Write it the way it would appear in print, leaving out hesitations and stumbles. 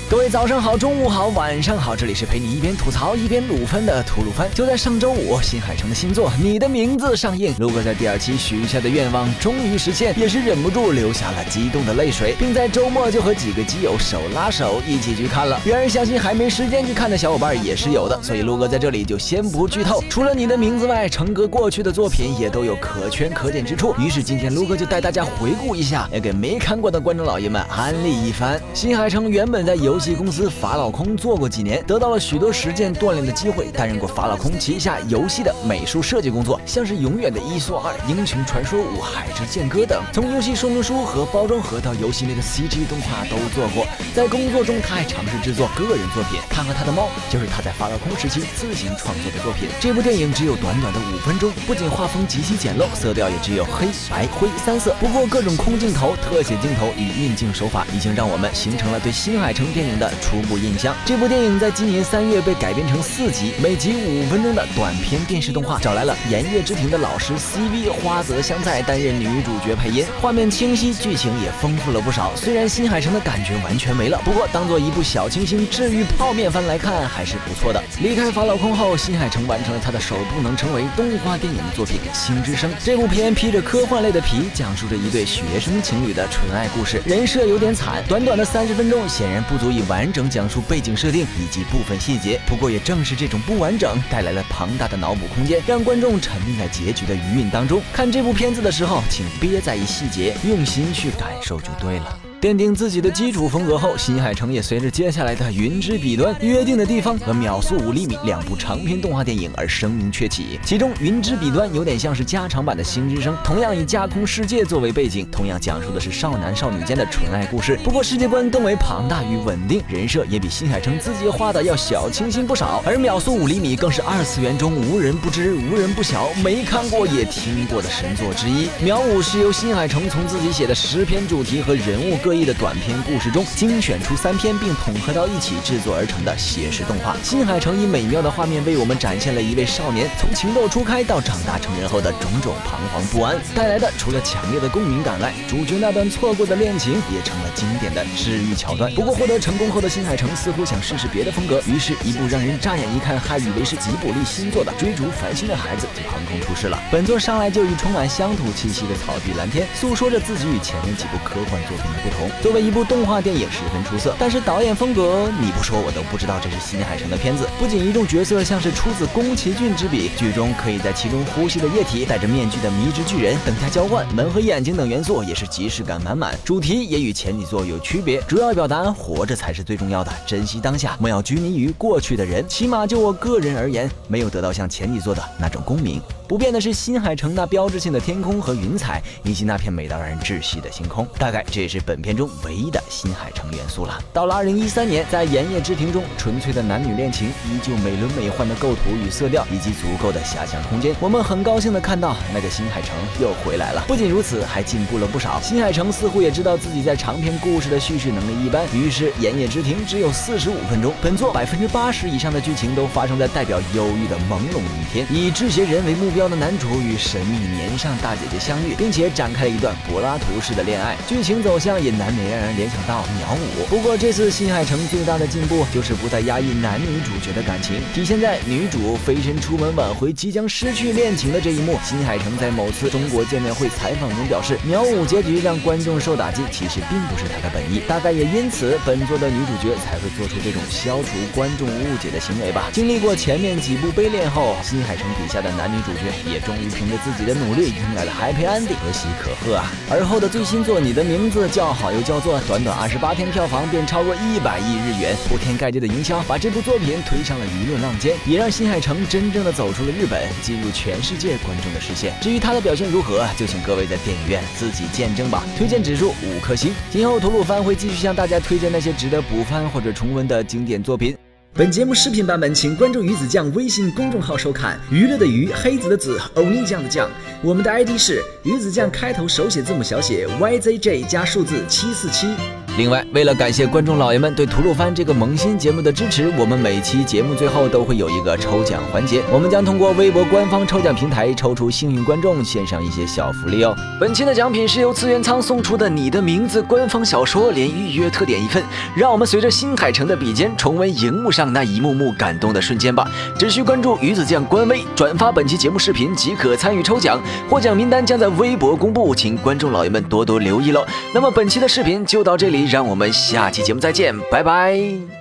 各位早上好，中午好，晚上好，这里是陪你一边吐槽一边鲁番的吐鲁番。就在上周五，新海诚的新作《你的名字》上映，路哥在第2期许下的愿望终于实现，也是忍不住流下了激动的泪水，并在周末就和几个基友手拉手一起去看了。然而相信还没时间去看的小伙伴也是有的，所以路哥在这里就先不剧透。除了《你的名字》外，成哥过去的作品也都有可圈可点之处，于是今天路哥就带大家回顾一下，也给没看过的观众老爷们安利一番。新海诚原本在游戏公司法老空做过几年，得到了许多实践锻炼的机会，担任过法老空旗下游戏的美术设计工作，像是永远的伊索尔、英雄传说5、海之剑歌等。从游戏说明书和包装盒到游戏内的 CG 动画都做过。在工作中，他还尝试制作个人作品，他和他的猫就是他在法老空时期自行创作的作品。这部电影只有短短的5分钟，不仅画风极其简陋，色调也只有黑白灰3色。不过各种空镜头、特写镜头与运镜手法已经让我们形成了对新海诚电影的初步印象。这部电影在今年3月被改编成4集，每集5分钟的短片电视动画，找来了《炎夜之庭》的老师 CV 花泽香菜担任女主角配音，画面清晰，剧情也丰富了不少。虽然新海诚的感觉完全没了，不过当做一部小清新治愈泡面番来看还是不错的。离开法老空后，新海诚完成了他的首部能成为动画电影的作品《星之声》。这部片披着科幻类的皮，讲述着一对学生情侣的纯爱故事，人设有点惨，短短的30分钟显然不足以完整讲述背景设定以及部分细节。不过也正是这种不完整带来了庞大的脑补空间，让观众沉溺在结局的余韵当中。看这部片子的时候，请别在意细节，用心去感受就对了。奠定自己的基础风格后，新海诚也随着接下来的《云之彼端》、《约定的地方》和《秒速5厘米》2部长篇动画电影而声名鹊起。其中《云之彼端》有点像是加长版的《星之声》，同样以架空世界作为背景，同样讲述的是少男少女间的纯爱故事，不过世界观更为庞大与稳定，人设也比新海诚自己画的要小清新不少。而《秒速5厘米》更是2次元中无人不知、无人不晓、没看过也听过的神作之一。秒5是由新海诚从自己写的10篇主题和人物各异的短篇故事中精选出3篇并统合到一起制作而成的写实动画。新海诚以美妙的画面为我们展现了一位少年从情窦初开到长大成人后的种种彷徨不安，带来的除了强烈的共鸣感外，主角那段错过的恋情也成了经典的治愈桥段。不过获得成功后的新海诚似乎想试试别的风格，于是一部让人乍眼一看还以为是吉卜力新作的《追逐繁星的孩子》就横空出世了。本作上来就与充满乡土气息的草地蓝天诉说着自己与前面几部科幻作品的不同。作为一部动画电影十分出色，但是导演风格你不说我都不知道这是新海诚的片子。不仅一众角色像是出自宫崎骏之笔，剧中可以在其中呼吸的液体、戴着面具的迷之巨人、等价交换、门和眼睛等元素也是即视感满满。主题也与前几作有区别，主要表达活着才是最重要的，珍惜当下，莫要拘泥于过去的人。起码就我个人而言，没有得到像前几作的那种共鸣。不变的是新海诚那标志性的天空和云彩，以及那片美到让人窒息的星空。大概这也是本片中唯一的新海诚元素了。到了2013年，在《炎夜之庭》中，纯粹的男女恋情依旧美轮美奂的构图与色调，以及足够的遐想空间，我们很高兴的看到那个新海诚又回来了。不仅如此，还进步了不少。新海诚似乎也知道自己在长篇故事的叙事能力一般，于是《炎夜之庭》只有45分钟，本作80%以上的剧情都发生在代表忧郁的朦胧阴天，以制邪人为目标的男主与神秘年上大姐姐相遇，并且展开了一段柏拉图式的恋爱，剧情走向也难免让人联想到秒5。不过这次新海诚最大的进步就是不再压抑男女主角的感情，体现在女主飞身出门挽回即将失去恋情的这一幕。新海诚在某次中国见面会采访中表示，秒5结局让观众受打击其实并不是他的本意，大概也因此本作的女主角才会做出这种消除观众误解的行为吧。经历过前面几部悲恋后，新海诚笔下的男女主角也终于凭着自己的努力迎来了 Happy Ending， 可喜可贺啊！而后的最新作《你的名字》叫好又叫座，短短28天票房便超过100亿日元，铺天盖地的营销把这部作品推上了舆论浪尖，也让新海诚真正的走出了日本，进入全世界观众的视线。至于他的表现如何，就请各位在电影院自己见证吧。推荐指数5颗星。今后吐鲁番会继续向大家推荐那些值得补番或者重温的经典作品。本节目视频版本请关注鱼子酱微信公众号收看，娱乐的娱，黑子的子，欧尼酱的酱。我们的 ID 是鱼子酱开头手写字母小写 YZJ 加数字747。 另外，为了感谢观众老爷们对吐鲁番这个萌新节目的支持，我们每期节目最后都会有一个抽奖环节，我们将通过微博官方抽奖平台抽出幸运观众，献上一些小福利哦。本期的奖品是由次元仓送出的《你的名字》官方小说，连预约特点一份。让我们随着新海诚的笔尖，重温荧幕上那一幕幕感动的瞬间吧。只需关注鱼子酱官微，转发本期节目视频即可参与抽奖，获奖名单将在微博公布，请观众老爷们多多留意喽。那么本期的视频就到这里，让我们下期节目再见，拜拜。